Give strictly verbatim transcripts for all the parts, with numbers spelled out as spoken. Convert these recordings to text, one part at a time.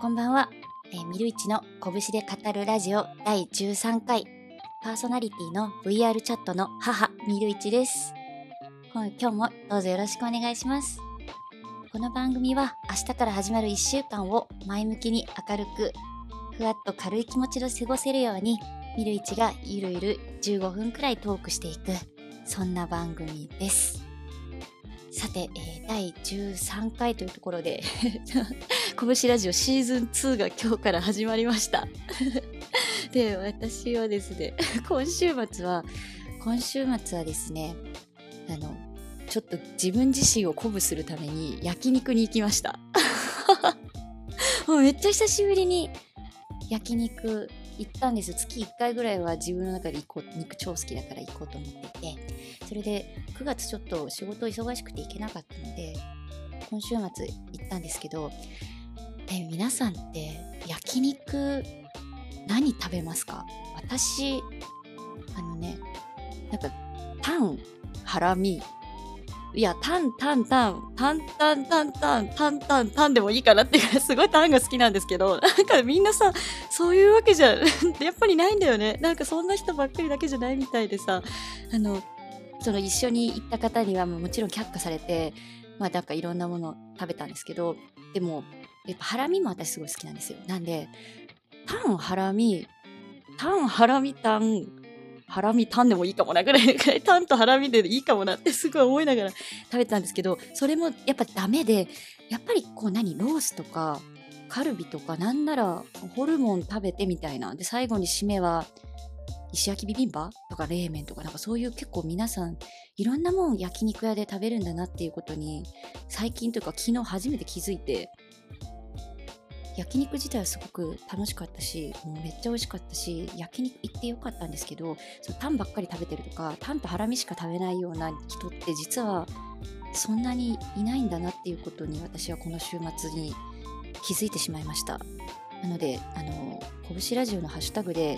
こんばんは、えー、ミルイチの拳で語るラジオだいじゅうさんかい、パーソナリティの ブイアール チャットの母ミルイチです。今日もどうぞよろしくお願いします。この番組は明日から始まるいっしゅうかんを前向きに明るくふわっと軽い気持ちで過ごせるように、ミルイチがゆるゆるじゅうごふんくらいトークしていく、そんな番組です。さて、えー、だいじゅうさんかいというところで拳ラジオシーズンツーが今日から始まりましたで、私はですね今週末は今週末はですねあのちょっと自分自身を鼓舞するために焼肉に行きましたもうめっちゃ久しぶりに焼肉行ったんですよ。月いっかいぐらいは自分の中で行こう、肉超好きだから行こうと思っていて、それでくがつちょっと仕事忙しくて行けなかったので今週末行ったんですけど、え皆さんって焼肉何食べますか？私あのねなんかタン、ハラミ、いやタンタンタンタンタンタンタンタンタンタンでもいいかなっていうすごいタンが好きなんですけど、なんかみんなさそういうわけじゃやっぱりないんだよね。なんかそんな人ばっかりだけじゃないみたいでさ、あのその一緒に行った方にはもちろん却下されて、まあなんかいろんなもの食べたんですけど、でもやっぱハラミも私すごい好きなんですよ。なんでタン、ハラミ、タン、ハラミ、タン、ハラミ、タンでもいいかもなぐらい、タンとハラミでいいかもなってすごい思いながら食べてたんですけど、それもやっぱダメで、やっぱりこう何ロースとかカルビとかなんならホルモン食べてみたいな。で最後に締めは石焼きビビンバとか冷麺とか、なんかそういう結構皆さんいろんなもん焼肉屋で食べるんだなっていうことに最近というか昨日初めて気づいて、焼肉自体はすごく楽しかったし、もうめっちゃ美味しかったし、焼肉行ってよかったんですけど、そのタンばっかり食べてるとかタンとハラミしか食べないような人って実はそんなにいないんだなっていうことに私はこの週末に気づいてしまいました。なのであの拳ラジオのハッシュタグで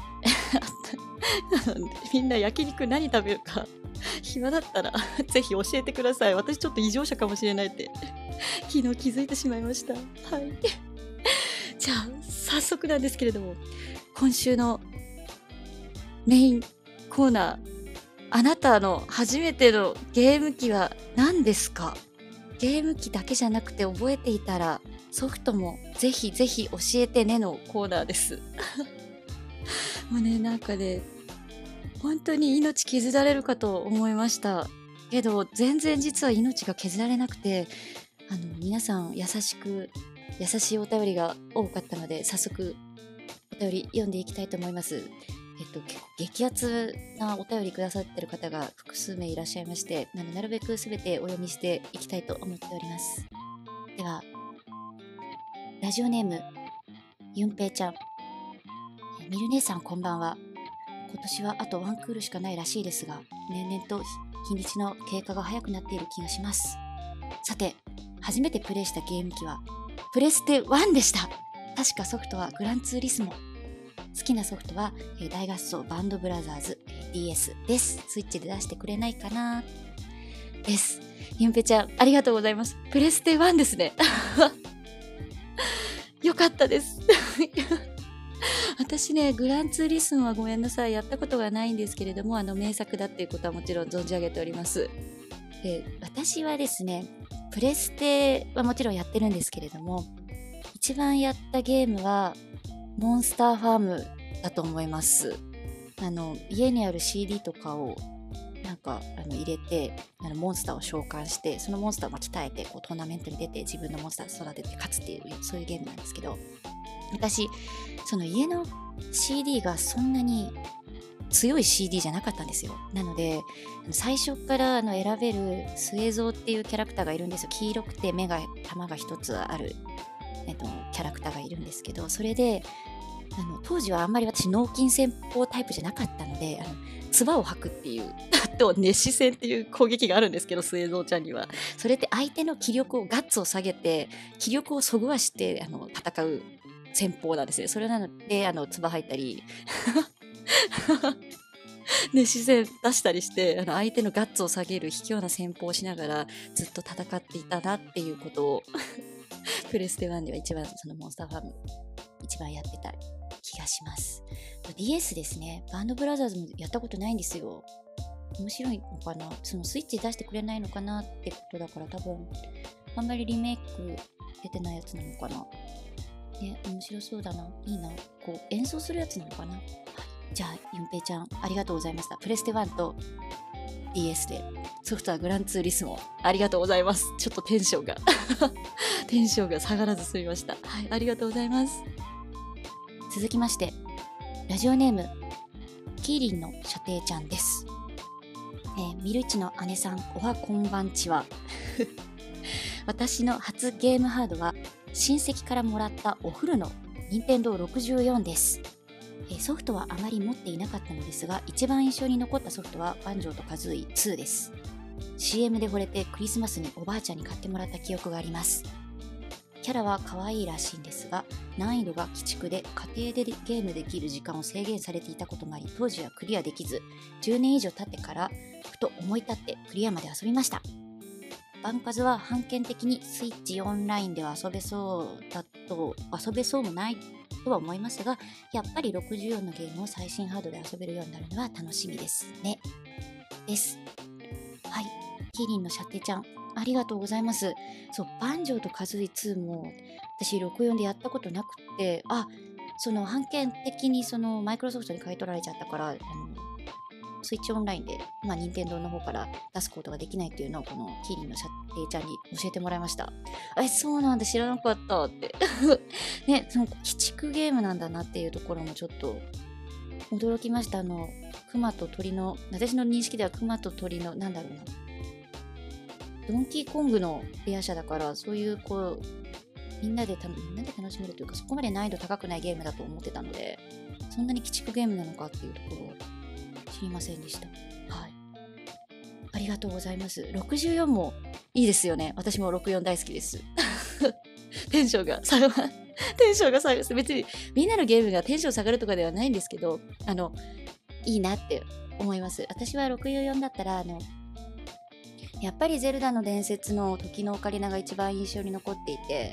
みんな焼肉何食べるか暇だったらぜひ教えてください。私ちょっと異常者かもしれないって昨日気づいてしまいました。はいじゃあ早速なんですけれども、今週のメインコーナー、あなたの初めてのゲーム機は何ですか？ゲーム機だけじゃなくて覚えていたらソフトもぜひぜひ教えてねのコーナーですもうねなんかね本当に命削られるかと思いましたけど、全然実は命が削られなくて、あの皆さん優しく優しいお便りが多かったので早速お便り読んでいきたいと思います。えっと結構激アツなお便りくださってる方が複数名いらっしゃいまして、なのでなるべくすべてお読みしていきたいと思っております。ではラジオネームゆんぺいちゃん、みる姉さんこんばんは。今年はあとワンクールしかないらしいですが、年々と日にちの経過が早くなっている気がします。さて、初めてプレイしたゲーム機はプレステワンでした。確かソフトはグランツーリスモ。好きなソフトは、えー、大合奏バンドブラザーズ、えー、ディーエス です。スイッチで出してくれないかなです。ゆんぺちゃんありがとうございます。プレステワンですねよかったです私ねグランツーリスモはごめんなさいやったことがないんですけれども、あの名作だっていうことはもちろん存じ上げております。で私はですねプレステはもちろんやってるんですけれども、一番やったゲームはモンスターファームだと思います。あの家にある シーディー とかをなんかあの入れてあのモンスターを召喚して、そのモンスターを鍛えてこうトーナメントに出て自分のモンスターを育てて勝つっていうそういうゲームなんですけど、私その家の シーディー がそんなに強い シーディー じゃなかったんですよ。なので最初からあの選べる末蔵っていうキャラクターがいるんですよ。黄色くて目が玉が一つある、えっと、キャラクターがいるんですけど、それであの当時はあんまり私脳筋戦法タイプじゃなかったので、あの唾を吐くっていうあと熱視線っていう攻撃があるんですけど、末蔵ちゃんにはそれって相手の気力をガッツを下げて気力をそぐわしてあの戦う戦法なんですね。それなのであの唾吐いたりね、視線出したりしてあの相手のガッツを下げる卑怯な戦法をしながらずっと戦っていたなっていうことをプレステワンでは一番そのモンスターファーム一番やってた気がします。 ディーエス ですね。バンドブラザーズもやったことないんですよ。面白いのかな、そのスイッチ出してくれないのかなってことだから、多分あんまりリメイク出てないやつなのかなね。面白そうだな、いいな、こう演奏するやつなのかな。はい、じゃあゆんぺいちゃんありがとうございました。プレステワンと ディーエス でソフトはグランツーリスモありがとうございます。ちょっとテンションがテンションが下がらず済みました。はい、ありがとうございます。続きましてラジオネームキーリンの射程ちゃんです。えー、ミルイチの姉さん、おはこんばんちは私の初ゲームハードは親戚からもらったお風呂のニンテンドーろくじゅうよんです。えー、ソフトはあまり持っていなかったのですが、一番印象に残ったソフトはバンジョーとカズーイツーです。 シーエム で惚れてクリスマスにおばあちゃんに買ってもらった記憶があります。キャラは可愛いらしいんですが、難易度が鬼畜で家庭でゲームできる時間を制限されていたこともあり、当時はクリアできず、じゅうねん以上経ってからふと思い立ってクリアまで遊びました。バンカズは判件的にスイッチオンラインでは遊べそうだと遊べそうもないとは思いますが、やっぱりろくじゅうよんのゲームを最新ハードで遊べるようになるのは楽しみですね。です。はい、キリンの射程ちゃんありがとうございます。そう、バンジョーとカズイツーも私ろくじゅうよんでやったことなくて、あ、その判件的にそのマイクロソフトに買い取られちゃったから、あのスイッチオンラインで、まあ、任天堂の方から出すことができないっていうのをこのキリンの射程ちゃんに教えてもらいました。え、そうなんだ、知らなかったってね、その鬼畜ゲームなんだなっていうところもちょっと驚きました。あのクマと鳥の、私の認識ではクマと鳥のなんだろうな、ドンキーコングのレア社だから、そういうこうみんなでたみんなで楽しめるというか、そこまで難易度高くないゲームだと思ってたので、そんなに鬼畜ゲームなのかっていうところを知りませんでした。はい、ありがとうございます。ろくじゅうよんもいいですよね。私もろくじゅうよん大好きですテンションが下がテンションが下がる、別にみんなのゲームがテンション下がるとかではないんですけど、あのいいなって思います。私はろくじゅうよんだったら、あのやっぱりゼルダの伝説の時のオカリナが一番印象に残っていて、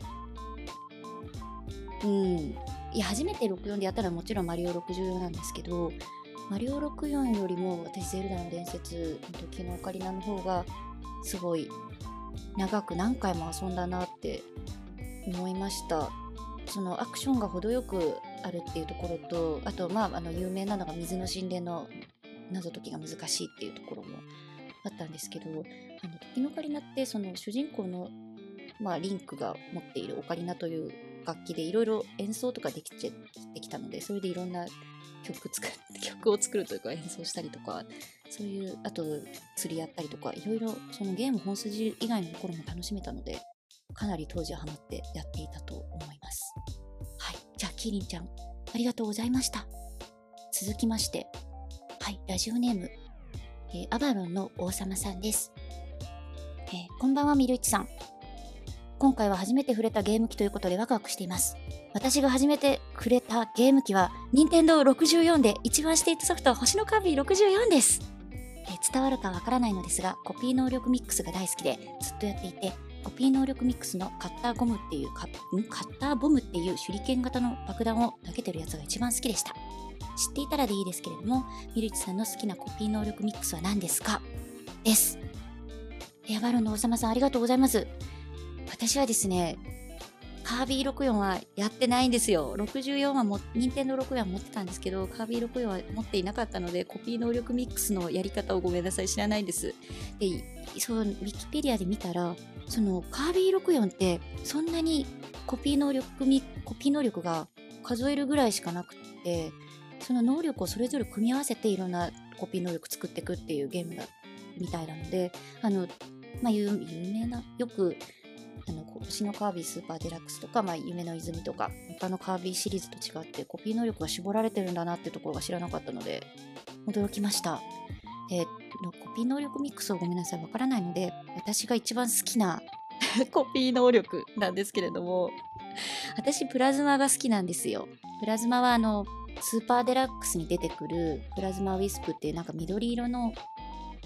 うん、いや初めてろくじゅうよんでやったのはもちろんマリオろくじゅうよんなんですけど、マリオろくじゅうよんよりも私ゼルダの伝説の時のオカリナの方がすごい長く何回も遊んだなって思いました。そのアクションが程よくあるっていうところと、あとまああの有名なのが水の神殿の謎解きが難しいっていうところもあったんですけど、あの時のオカリナってその主人公の、まあ、リンクが持っているオカリナという楽器でいろいろ演奏とかできてできたので、それでいろんな曲作曲を作るというか演奏したりとか、そういうあと釣りやったりとか、いろいろそのゲーム本筋以外のところも楽しめたので、かなり当時はハマってやっていたと思います。はい、じゃあキリンちゃんありがとうございました。続きまして、はい、ラジオネーム、えー、アバロンの王様さんです。えー、こんばんはみるいちさん。今回は初めて触れたゲーム機ということでワクワクしています。私が初めて触れたゲーム機はニンテンドーろくじゅうよんで、一番していたソフトは星のカービィろくじゅうよんです。えー、伝わるかわからないのですが、コピー能力ミックスが大好きでずっとやっていて、コピー能力ミックスのカッターゴムっていうカッカッターボムっていう手裏剣型の爆弾を投げてるやつが一番好きでした。知っていたらでいいですけれども、みるいちさんの好きなコピー能力ミックスは何ですか？です。エアバロンの王様さんありがとうございます。私はですね、カービィろくじゅうよんはやってないんですよ。ろくじゅうよんはも、ニンテンドーろくじゅうよんは持ってたんですけど、カービィろくじゅうよんは持っていなかったので、コピー能力ミックスのやり方をごめんなさい、知らないんです。で、そう、ウィキペディアで見たら、そのカービィろくじゅうよんってそんなにコピー能力ミコピー能力が数えるぐらいしかなくって、その能力をそれぞれ組み合わせていろんなコピー能力作っていくっていうゲームだみたいなので、あの、まあ、有, 有名なよくあの星のカービィスーパーデラックスとか、まあ、夢の泉とか他のカービィシリーズと違ってコピー能力が絞られてるんだなっていうところが知らなかったので驚きました。えー、コピー能力ミックスをごめんなさいわからないので、私が一番好きなコピー能力なんですけれども、私プラズマが好きなんですよ。プラズマはあのスーパーデラックスに出てくるプラズマウィスプっていうなんか緑色の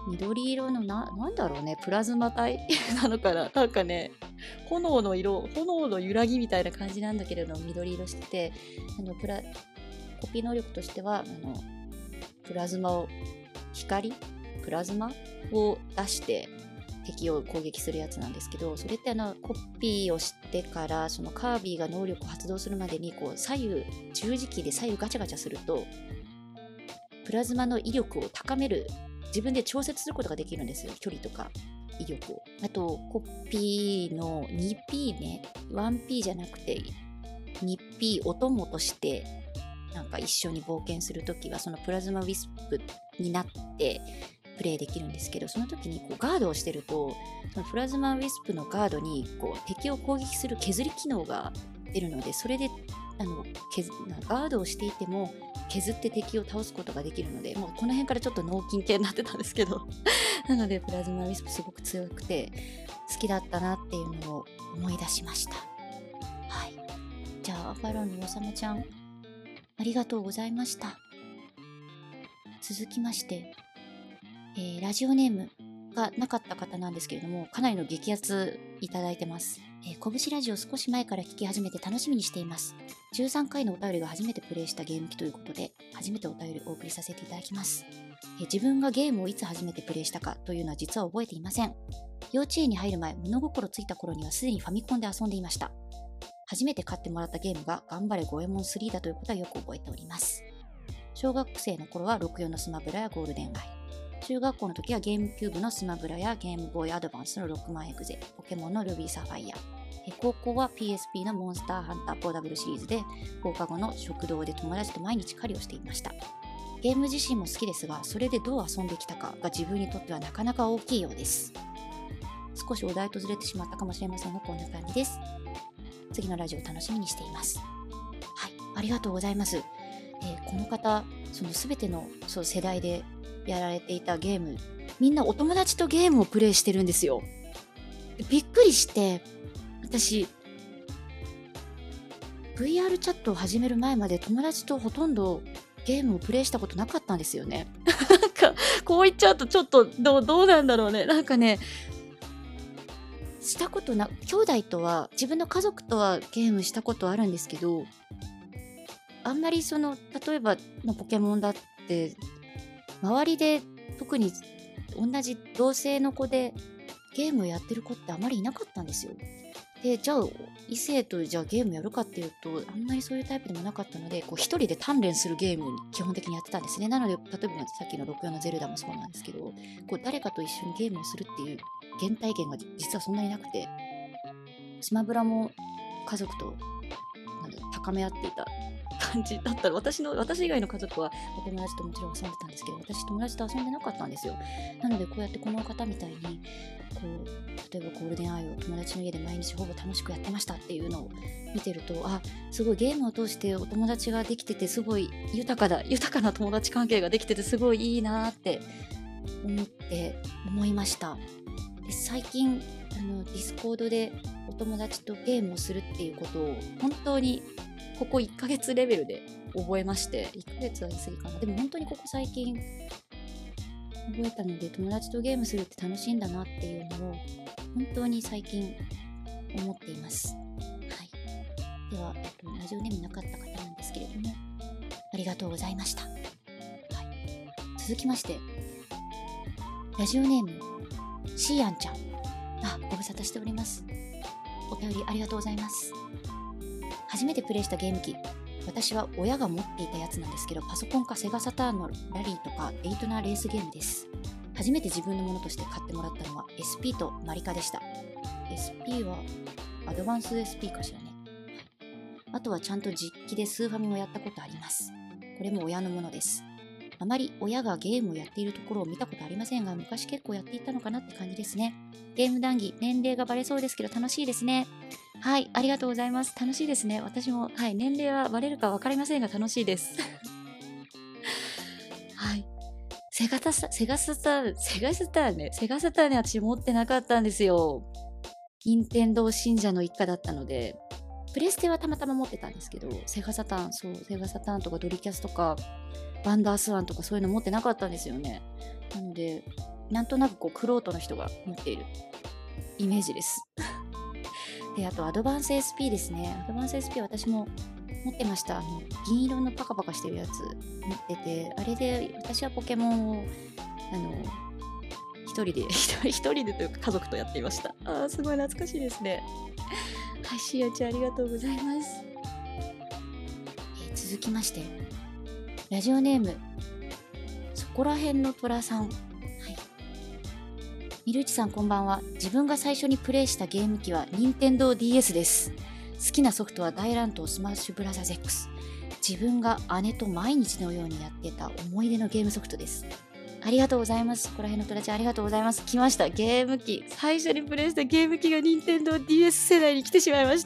緑色のな、なんだろうね、プラズマ体なのかな、なんかね、炎の色、炎の揺らぎみたいな感じなんだけれども、緑色してて、あのプラコピー能力としては、あのプラズマを、光プラズマを出して敵を攻撃するやつなんですけど、それってあのコピーをしてからそのカービィが能力を発動するまでにこう左右十字キーで左右ガチャガチャするとプラズマの威力を高める、自分で調節することができるんですよ、距離とか威力を。あとコピーの にピー ね、いちピー じゃなくて にピー お供としてなんか一緒に冒険するときはそのプラズマウィスプになってプレイできるんですけど、その時にこうガードをしてるとそのプラズマウィスプのガードにこう敵を攻撃する削り機能が出るので、それであの削ガードをしていても削って敵を倒すことができるので、もうこの辺からちょっと脳筋系になってたんですけどなのでプラズマウィスプすごく強くて好きだったなっていうのを思い出しました。はい、じゃあアバロンのおさまちゃんありがとうございました。続きましてえー、ラジオネームがなかった方なんですけれども、かなりの激アツいただいてます。えー、拳ラジオ少し前から聞き始めて楽しみにしています。じゅうさんかいのお便りが初めてプレイしたゲーム機ということで、初めてお便りをお送りさせていただきます。えー、自分がゲームをいつ初めてプレイしたかというのは実は覚えていません。幼稚園に入る前、物心ついた頃にはすでにファミコンで遊んでいました。初めて買ってもらったゲームが頑張れゴエモンスリーだということはよく覚えております。小学生の頃はろくじゅうよんのスマブラやゴールデンアイ。中学校の時はゲームキューブのスマブラやゲームボーイアドバンスのろくまんエグゼ、ポケモンのルビーサファイア。高校は ピーエスピー のモンスターハンターポーダブルシリーズで、放課後の食堂で友達と毎日狩りをしていました。ゲーム自身も好きですが、それでどう遊んできたかが自分にとってはなかなか大きいようです。少しお題とずれてしまったかもしれませんが、こんな感じです。次のラジオ楽しみにしています。はい、ありがとうございます。えー、この方、その全てのそう世代でやられていたゲーム、みんなお友達とゲームをプレイしてるんですよ。びっくりして、私 ブイアール チャットを始める前まで友達とほとんどゲームをプレイしたことなかったんですよね。なんかこう言っちゃうとちょっとどう、どうなんだろうね。なんかね、したことな、兄弟とは自分の家族とはゲームしたことあるんですけど、あんまりその例えばのポケモンだって周りで特に同じ同性の子でゲームをやってる子ってあまりいなかったんですよ。で、じゃあ異性とじゃあゲームやるかっていうとあんまりそういうタイプでもなかったので、こう一人で鍛錬するゲームを基本的にやってたんですね。なので例えばさっきのろくじゅうよんのゼルダもそうなんですけど、こう誰かと一緒にゲームをするっていう原体験が実はそんなになくて、スマブラも家族となんだ高め合っていた感じだったら、私の私以外の家族はお友達ともちろん遊んでたんですけど、私友達と遊んでなかったんですよ。なのでこうやってこの方みたいにこう例えばゴールデンアイを友達の家で毎日ほぼ楽しくやってましたっていうのを見てると、あ、すごいゲームを通してお友達ができてて、すごい豊かだ豊かな友達関係ができててすごいいいなって思って思いました。で、最近あのディスコードでお友達とゲームをするっていうことを本当にここいっかげつレベルで覚えまして、いっかげつは言い過ぎかな。でも本当にここ最近覚えたので、友達とゲームするって楽しいんだなっていうのを本当に最近思っています。はい。では、えっと、ラジオネームなかった方なんですけれども、ありがとうございました。はい。続きまして、ラジオネームシーアンちゃん。あ、ご無沙汰しております。お便りありがとうございます。初めてプレイしたゲーム機、私は親が持っていたやつなんですけど、パソコンかセガサターンのラリーとかデイトナーレースゲームです。初めて自分のものとして買ってもらったのは エスピー とマリカでした。 エスピー はアドバンス エスピー かしらね。あとはちゃんと実機でスーファミもやったことあります。これも親のものです。あまり親がゲームをやっているところを見たことありませんが、昔結構やっていたのかなって感じですね。ゲーム談義、年齢がバレそうですけど楽しいですね。はい、ありがとうございます。楽しいですね。私も、はい、年齢はバレるか分かりませんが楽しいです。はい。セガタサ、セガスター、セガスターね、セガスターね、私持ってなかったんですよ。任天堂信者の一家だったので、プレステはたまたま持ってたんですけど、セガサターン、そう、セガサターンとかドリキャスとか、ワンダースワンとかそういうの持ってなかったんですよね。なので、 なんとなくこう玄人の人が持っているイメージですで、あとアドバンス エスピー ですね。アドバンス エスピー 私も持ってました。あの銀色のパカパカしてるやつ持ってて、あれで私はポケモンをあの一人で一人でというか家族とやっていました。あー、すごい懐かしいですね。はい、しーやちゃんありがとうございます。えー続きまして、ラジオネームそこらへんの虎さん。はい。みるいちさんこんばんは。自分が最初にプレイしたゲーム機は ニンテンドーディーエス です。好きなソフトは大乱闘スマッシュブラザーズ X。自分が姉と毎日のようにやってた思い出のゲームソフトです。ありがとうございます。ここら辺の虎ちゃんありがとうございます。来ました。ゲーム機。最初にプレイしたゲーム機が ニンテンドーディーエス 世代に来てしまいました。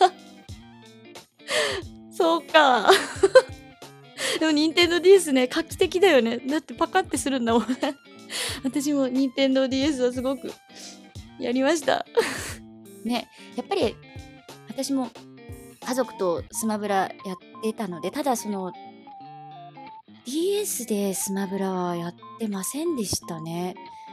そうか。でも ニンテンドーディーエス ね、画期的だよね。だってパカってするんだもん。私も ニンテンドーディーエス はすごくやりました。ね、やっぱり私も家族とスマブラやってたので、ただその ディーエス でスマブラはやってませんでしたね。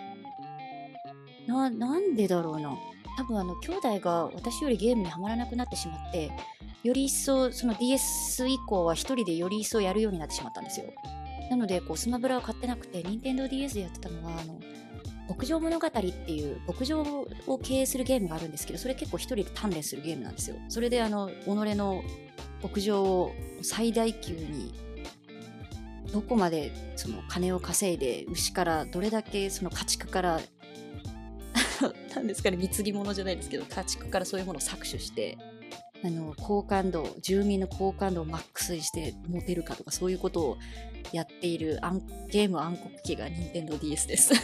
な、なんでだろうな。多分あの兄弟が私よりゲームにはまらなくなってしまって、より一層その ディーエス 以降は一人でより一層やるようになってしまったんですよ。なのでこうスマブラを買ってなくて、ニンテンドーディーエス でやってたのはあの牧場物語っていう牧場を経営するゲームがあるんですけど、それ結構一人で鍛錬するゲームなんですよ。それであの己の牧場を最大級にどこまでその金を稼いで、牛からどれだけその家畜からなんですかね、貢ぎ物じゃないですけど、家畜からそういうものを搾取して、あの好感度、住民の好感度をマックスにしてモテるかとか、そういうことをやっているゲーム暗黒期が ニンテンドーディーエス です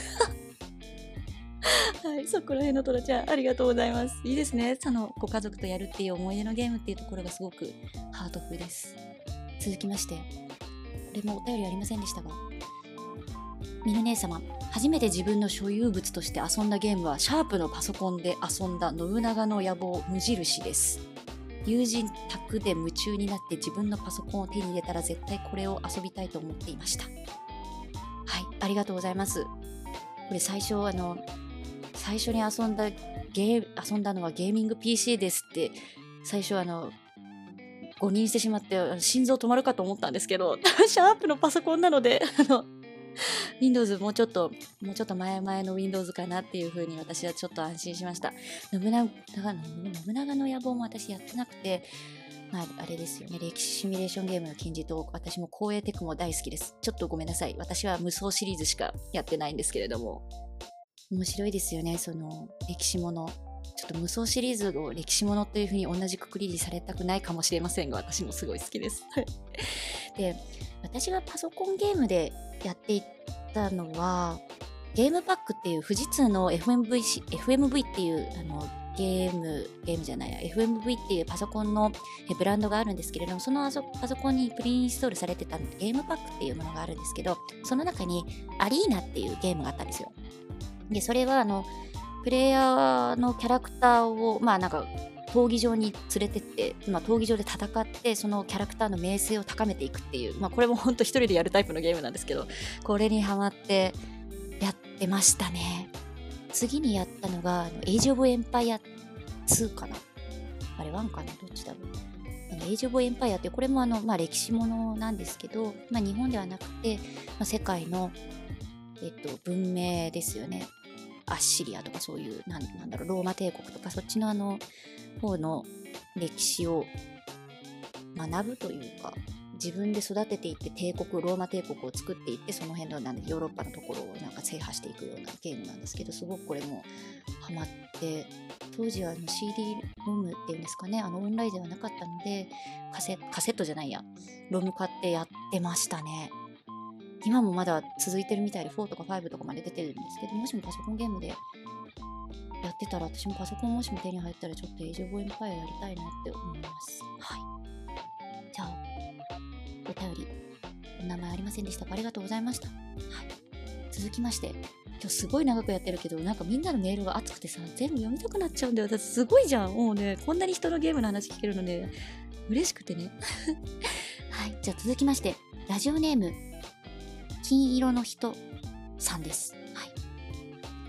はい、そこら辺のトラちゃんありがとうございます。いいですね、そのご家族とやるっていう思い出のゲームっていうところがすごくハートフルです。続きまして、これもお便りありませんでしたが、みぬ姉様、初めて自分の所有物として遊んだゲームはシャープのパソコンで遊んだ信長の野望無印です。友人宅で夢中になって自分のパソコンを手に入れたら絶対これを遊びたいと思っていました。はい、ありがとうございます。これ最初あの最初に遊んだゲー遊んだのはゲーミング ピーシー ですって最初あの誤認してしまって心臓止まるかと思ったんですけど、シャープのパソコンなのであのWindows もうちょっともうちょっと前々の Windows かなっていう風に私はちょっと安心しました。信長信長の野望も私やってなくて、まああれですよね、歴史シミュレーションゲームの金字塔、私も光栄テクも大好きです。ちょっとごめんなさい、私は無双シリーズしかやってないんですけれども、面白いですよね、その歴史もの。ちょっと無双シリーズを歴史ものという風に同じくくりにされたくないかもしれませんが、私もすごい好きですで、私がパソコンゲームでやっていったのはゲームパックっていう富士通の エフエムブイ, し エフエムブイ っていうあのゲームゲームじゃないや エフエムブイ っていうパソコンのブランドがあるんですけれども、そのパソコンにプリインストールされてたゲームパックっていうものがあるんですけど、その中にアリーナっていうゲームがあったんですよ。でそれはあのプレイヤーのキャラクターをまあなんか闘技場に連れてって、まあ、闘技場で戦ってそのキャラクターの名声を高めていくっていう、まあ、これもほんと一人でやるタイプのゲームなんですけど、これにハマってやってましたね。次にやったのがエイジ・オブ・エンパイアツーかな、あれワンかな、どっちだろう。エイジ・オブ・エンパイアってこれもあの、まあ、歴史ものなんですけど、まあ、日本ではなくて、まあ、世界の、えっと、文明ですよね。アッシリアとかそういうなん、なんだろう、ローマ帝国とかそっちのあの方の歴史を学ぶというか、自分で育てていって帝国ローマ帝国を作っていって、その辺のなんでヨーロッパのところをなんか制覇していくようなゲームなんですけど、すごくこれもハマって、当時はあの シーディー ロムっていうんですかね、あのオンラインではなかったのでカセ、カセットじゃないやロム買ってやってましたね。今もまだ続いてるみたいでフォーとかファイブとかまで出てるんですけど、もしもパソコンゲームでやってたら、私もパソコンもしも手に入ったらちょっとエイジ・オブ・エンパイアやりたいなって思います。はい。じゃあお便りお名前ありませんでしたがありがとうございました。はい。続きまして、今日すごい長くやってるけど、なんかみんなのメールが熱くてさ、全部読みたくなっちゃうんだよ。だってすごいじゃん。もうね、こんなに人のゲームの話聞けるのね、嬉しくてね。はい。じゃあ続きまして、ラジオネーム金色の人さんです。はい。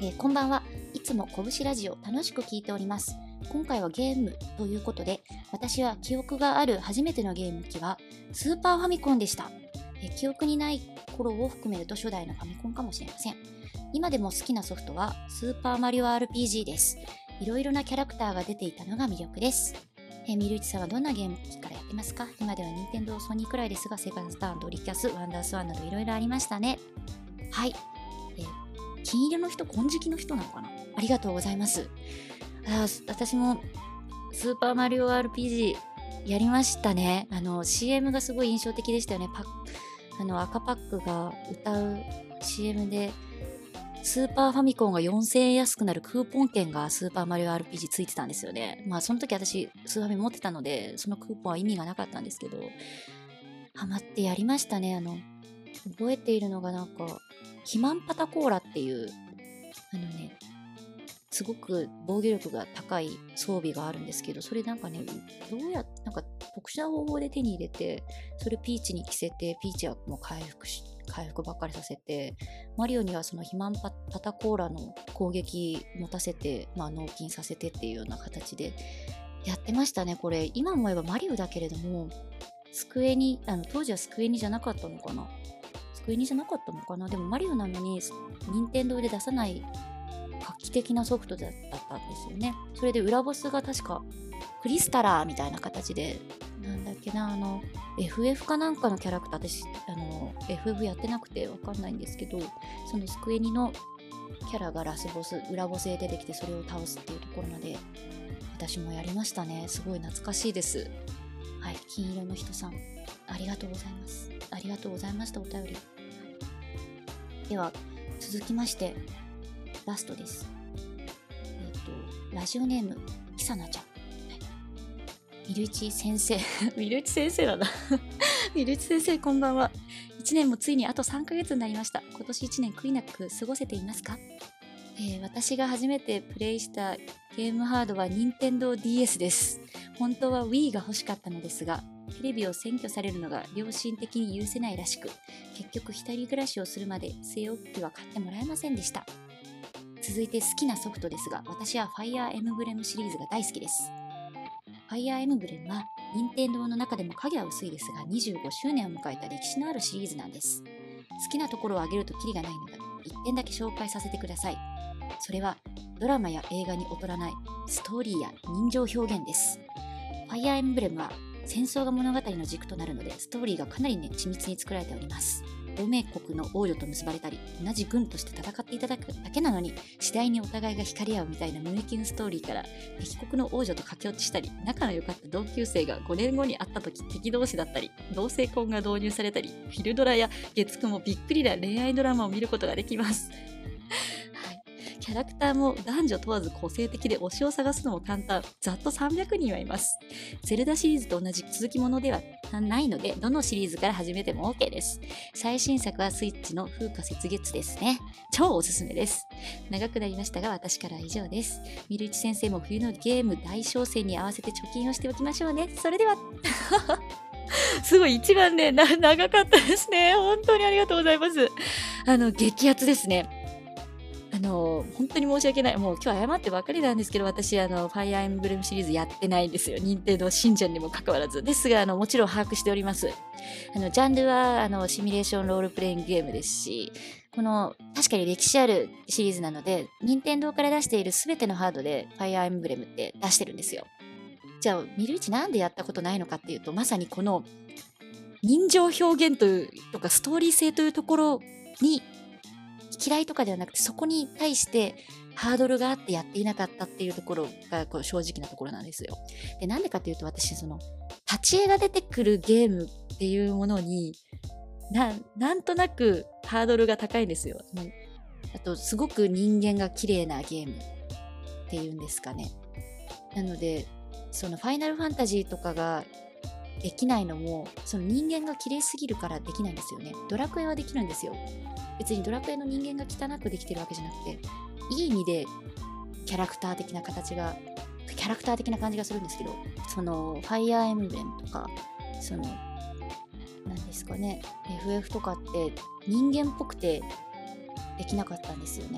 えーこんばんは。いつも拳ラジオ楽しく聞いております。今回はゲームということで、私は記憶がある初めてのゲーム機はスーパーファミコンでした。えー記憶にない頃を含めると初代のファミコンかもしれません。今でも好きなソフトはスーパーマリオ アールピージー です。いろいろなキャラクターが出ていたのが魅力です。えー、みるいちさんはどんなゲーム機からやってますか？今では任天堂ソニーくらいですが、セガサターン、ドリキャス、ワンダースワンなどいろいろありましたね。はい。えー金色の人、金色の人なのかな？ありがとうございます。あー私もスーパーマリオ アールピージー やりましたね。あの シーエム がすごい印象的でしたよね。パッあの赤パックが歌う シーエム でスーパーファミコンがよんせんえん安くなるクーポン券がスーパーマリオ アールピージー ついてたんですよね。まあその時私スーファミ持ってたのでそのクーポンは意味がなかったんですけど、ハマってやりましたね。あの覚えているのがなんか肥満パタコーラっていうあのねすごく防御力が高い装備があるんですけど、それなんかねどうやなんか特殊な方法で手に入れて、それピーチに着せて、ピーチはもう回復し回復ばっかりさせて、マリオにはその肥満パパタコーラの攻撃持たせて、まあ、納金させてっていうような形でやってましたね。これ今思えばマリオだけれどもスクエニあの当時はスクエニじゃなかったのかなスクエニじゃなかったのかなでもマリオなのに任天堂で出さない画期的なソフトだったんですよね。それで裏ボスが確かクリスタラーみたいな形で、なんだっけな、あの エフエフ かなんかのキャラクター、私あの エフエフ やってなくてわかんないんですけど、そのスクエニのキャラがラスボス裏ボスで出てきてそれを倒すっていうところまで私もやりましたね。すごい懐かしいです。はい、金色の人さんありがとうございます。ありがとうございました。お便りでは続きましてラストです。えっ、と、ラジオネーム、きさなちゃん。みるいち先生。みるいち先生なんだ。みるいち先生、こんばんは。いちねんもついにあとさんかげつになりました。今年いちねん悔いなく過ごせていますか？えー私が初めてプレイしたゲームハードは ニンテンドーディーエス です。本当は Wii が欲しかったのですが、テレビを占拠されるのが良心的に許せないらしく、結局一人暮らしをするまで据え置きは買ってもらえませんでした。続いて好きなソフトですが、私はファイアーエムブレムシリーズが大好きです。ファイアーエムブレムは任天堂の中でも影は薄いですがにじゅうごしゅうねんを迎えた歴史のあるシリーズなんです。好きなところを挙げるとキリがないのでいってんだけ紹介させてください。それはドラマや映画に劣らないストーリーや人情表現です。ファイアーエムブレムは戦争が物語の軸となるのでストーリーがかなり、ね、緻密に作られております。同盟国の王女と結ばれたり、同じ軍として戦っていただくだけなのに次第にお互いが惹かれ合うみたいな胸キュンストーリーから、敵国の王女と駆け落ちしたり、仲の良かった同級生がごねんごに会った時敵同士だったり、同性婚が導入されたり、フィルドラや月9もびっくりな恋愛ドラマを見ることができますキャラクターも男女問わず個性的で推しを探すのも簡単。ざっとさんびゃくにんはいます。ゼルダシリーズと同じ続きものではないので、どのシリーズから始めても OK です。最新作はスイッチの風化雪月ですね。超おすすめです。長くなりましたが、私からは以上です。みるいち先生も冬のゲーム大商戦に合わせて貯金をしておきましょうね。それでは。すごい一番ねな、長かったですね。本当にありがとうございます。あの、激アツですね。あの本当に申し訳ない。もう今日謝ってばかりなんですけど、私あのファイアーエムブレムシリーズやってないんですよ。任天堂信者にもかかわらずですが、あのもちろん把握しております。あのジャンルはあのシミュレーションロールプレイングゲームですし、この確かに歴史あるシリーズなので、任天堂から出している全てのハードでファイアーエムブレムって出してるんですよ。じゃあみるいちなんでやったことないのかっていうと、まさにこの人情表現というとかストーリー性というところに嫌いとかではなくて、そこに対してハードルがあってやっていなかったっていうところがこう正直なところなんですよ。で、なんでかというと、私その立ち絵が出てくるゲームっていうものに な, なんとなくハードルが高いんですよ。あとすごく人間が綺麗なゲームっていうんですかね。なのでそのファイナルファンタジーとかができないのも、その人間が綺麗すぎるからできないんですよね。ドラクエはできるんですよ。別にドラクエの人間が汚くできてるわけじゃなくて、いい意味でキャラクター的な形がキャラクター的な感じがするんですけど、そのファイアーエムブレムとか、そのなんですかね、 エフエフ とかって人間っぽくてできなかったんですよね。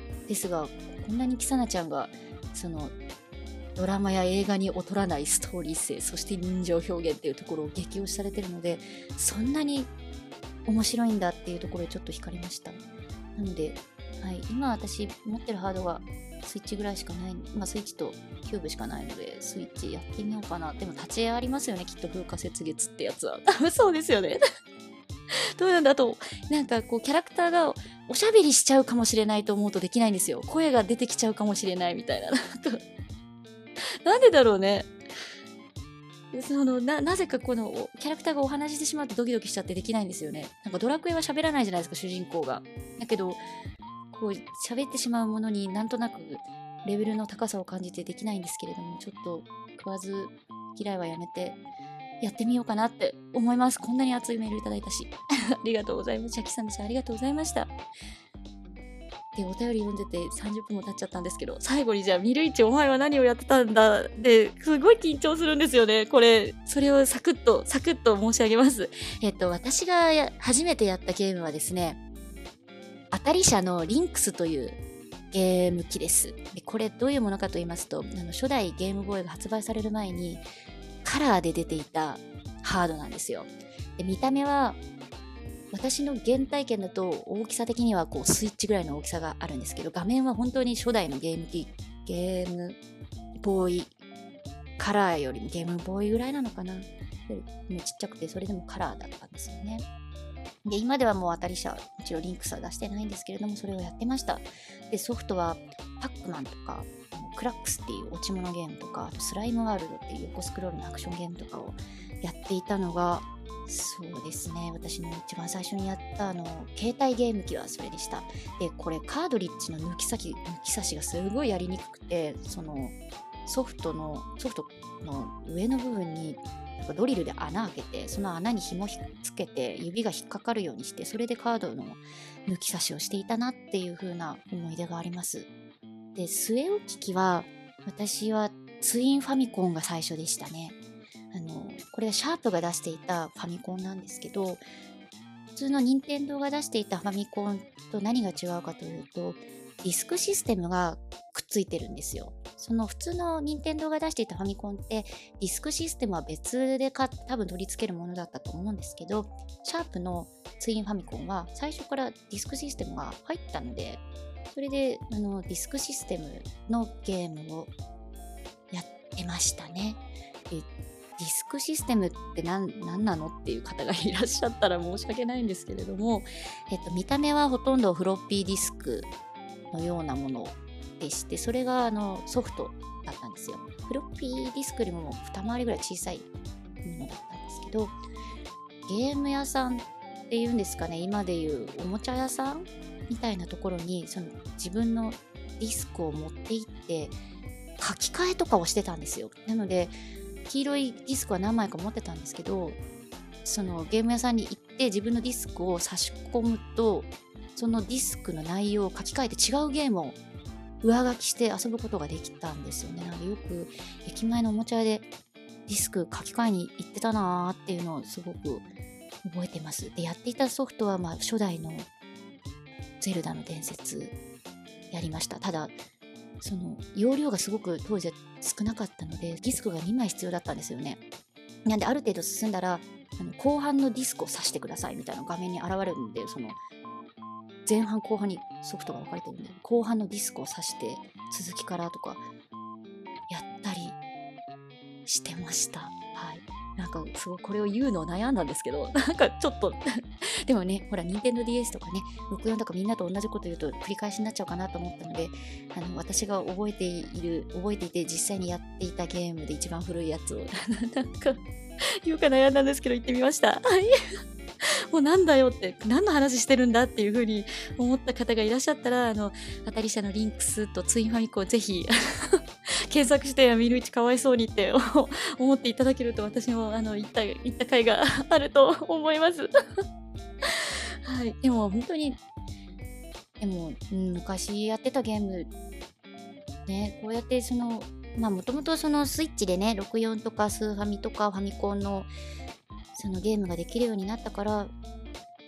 ですが、こんなにキサナちゃんがそのドラマや映画に劣らないストーリー性、そして人情表現っていうところを激推しされてるので、そんなに面白いんだっていうところでちょっと光りました。なので、はい、今私持ってるハードがスイッチぐらいしかない、まあ、スイッチとキューブしかないので、スイッチやってみようかな。でも立ち絵ありますよね、きっと風化雪月ってやつは。多分そうですよね。どうなんだと、なんかこうキャラクターがおしゃべりしちゃうかもしれないと思うとできないんですよ。声が出てきちゃうかもしれないみたいな。なんかなんでだろうね。その な, なぜかこのキャラクターがお話ししてしまうとドキドキしちゃってできないんですよね。なんかドラクエは喋らないじゃないですか、主人公が。だけどこう喋ってしまうものになんとなくレベルの高さを感じてできないんですけれども、ちょっと食わず嫌いはやめてやってみようかなって思います。こんなに熱いメールいただいたしありがとうございます。ジャキさんちゃんありがとうございました。で、お便り読んでてさんじゅっぷんも経っちゃったんですけど、最後にじゃあミルイチお前は何をやってたんだですごい緊張するんですよね。これそれをサクッとサクッと申し上げます。えっと私がや初めてやったゲームはですね、当たり社のリンクスというゲーム機です。でこれどういうものかと言いますと、あの初代ゲームボーイが発売される前にカラーで出ていたハードなんですよ。で見た目は私の原体験だと大きさ的にはこうスイッチぐらいの大きさがあるんですけど、画面は本当に初代のゲーム機、ゲームボーイカラーよりもゲームボーイぐらいなのかな、もうちっちゃくてそれでもカラーだったんですよね。で今ではもう当たり社もちろんリンクスは出してないんですけれども、それをやってました。でソフトはパックマンとかクラックスっていう落ち物ゲームとか、あとスライムワールドっていう横スクロールのアクションゲームとかをやっていたのが、そうですね、私の一番最初にやったあの携帯ゲーム機はそれでした。でこれカードリッジの抜き先抜き差しがすごいやりにくくて、そのソフトのソフトの上の部分になんかドリルで穴開けて、その穴に紐ひっつけて指が引っかかるようにして、それでカードの抜き差しをしていたなっていう風な思い出があります。で据え置き機は私はツインファミコンが最初でしたね。あのこれはシャープが出していたファミコンなんですけど、普通の任天堂が出していたファミコンと何が違うかというと、ディスクシステムがくっついてるんですよ。その普通の任天堂が出していたファミコンってディスクシステムは別でか多分取り付けるものだったと思うんですけど、シャープのツインファミコンは最初からディスクシステムが入ったので、それであのディスクシステムのゲームをやってましたね。でディスクシステムって何、何なのっていう方がいらっしゃったら申し訳ないんですけれども、えっと、見た目はほとんどフロッピーディスクのようなものでして、それがあのソフトだったんですよ。フロッピーディスクよりも二回りぐらい小さいものだったんですけど、ゲーム屋さんっていうんですかね、今でいうおもちゃ屋さんみたいなところにその自分のディスクを持って行って書き換えとかをしてたんですよ。なので黄色いディスクは何枚か持ってたんですけど、そのゲーム屋さんに行って自分のディスクを差し込むと、そのディスクの内容を書き換えて違うゲームを上書きして遊ぶことができたんですよね。なのでよく駅前のおもちゃ屋でディスク書き換えに行ってたなーっていうのをすごく覚えてます。でやっていたソフトはまあ初代のゼルダの伝説やりました。ただその容量がすごく当時は少なかったのでディスクがにまい必要だったんですよね。なんである程度進んだらあの後半のディスクを挿してくださいみたいな画面に現れるんで、その前半後半にソフトが分かれてるんで、後半のディスクを挿して続きからとかやったりしてました。はい。なんかすごいこれを言うのを悩んだんですけど、なんかちょっとでもね、ほら ニンテンドーディーエス とかねろくじゅうよんとかみんなと同じこと言うと繰り返しになっちゃうかなと思ったので、あの私が覚えている覚えていて実際にやっていたゲームで一番古いやつをなんか言うか悩んだんですけど言ってみました。はいもうなんだよって何の話してるんだっていう風に思った方がいらっしゃったら、あの当たり社のリンクスとツインファミコンをぜひ検索して見るうちかわいそうにって思っていただけると私もあの言った言った回があると思いますはい。でも本当にでも、うん、昔やってたゲームね、こうやってそのまあもともとそのスイッチでねろくじゅうよんとかスーファミとかファミコンのそのゲームができるようになったから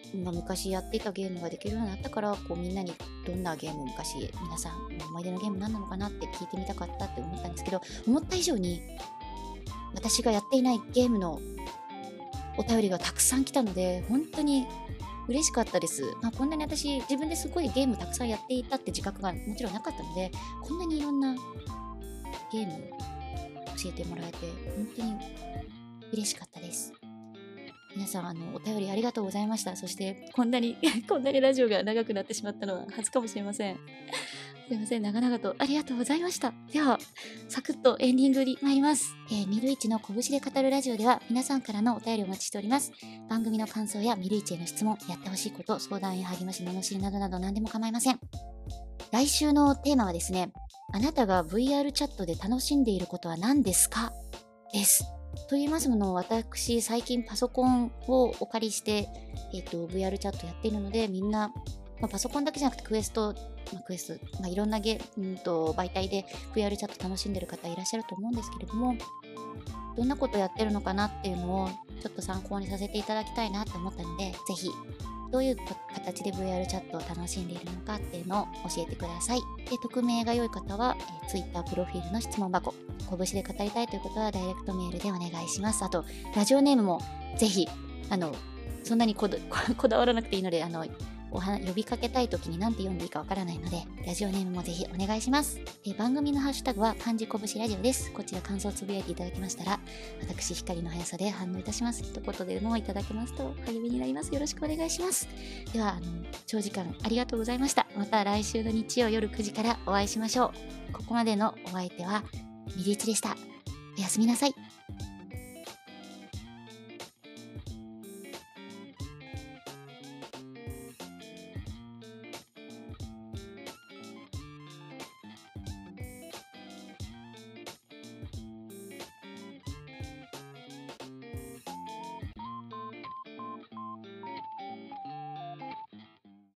まあ、昔やっていたゲームができるようになったから、こうみんなにどんなゲーム昔皆さんの思い出のゲーム何なのかなって聞いてみたかったって思ったんですけど、思った以上に私がやっていないゲームのお便りがたくさん来たので、本当に嬉しかったです。まあ、こんなに私自分ですごいゲームたくさんやっていたって自覚がもちろんなかったので、こんなにいろんなゲーム教えてもらえて本当に嬉しかったです。皆さん、あのお便りありがとうございました。そしてこんなにこんなにラジオが長くなってしまったのは恥ずかもしれません。すいません、長々とありがとうございました。では、サクッとエンディングに参ります。えー、ミルイチの拳で語るラジオでは皆さんからのお便りをお待ちしております。番組の感想やミルイチへの質問、やってほしいこと、相談や励まし、罵りなどなど何でも構いません。来週のテーマはですね、あなたが ブイアール チャットで楽しんでいることは何ですかです。と言いますのも、私、最近パソコンをお借りして、えーと、ブイアール チャットやっているので、みんな、まあ、パソコンだけじゃなくてクエスト、まあ、クエスト、まあ、いろんなゲ、うんと媒体で ブイアール チャット楽しんでる方いらっしゃると思うんですけれども、どんなことやってるのかなっていうのをちょっと参考にさせていただきたいなと思ったので、ぜひどういう形で ブイアール チャットを楽しんでいるのかっていうのを教えてください。で、匿名が良い方は、えー、Twitter プロフィールの質問箱、拳で語りたいということはダイレクトメールでお願いします。あと、ラジオネームもぜひ、あの、そんなにこだこだわらなくていいので、あの、おは呼びかけたいときに何て読んでいいかわからないので、ラジオネームもぜひお願いします。え番組のハッシュタグは漢字拳ラジオです。こちら感想をつぶやいていただきましたら、私光の速さで反応いたします。一言でもいただけますと励みになります。よろしくお願いします。では、あの長時間ありがとうございました。また来週の日曜夜くじからお会いしましょう。ここまでのお相手はミリイチでした。おやすみなさい。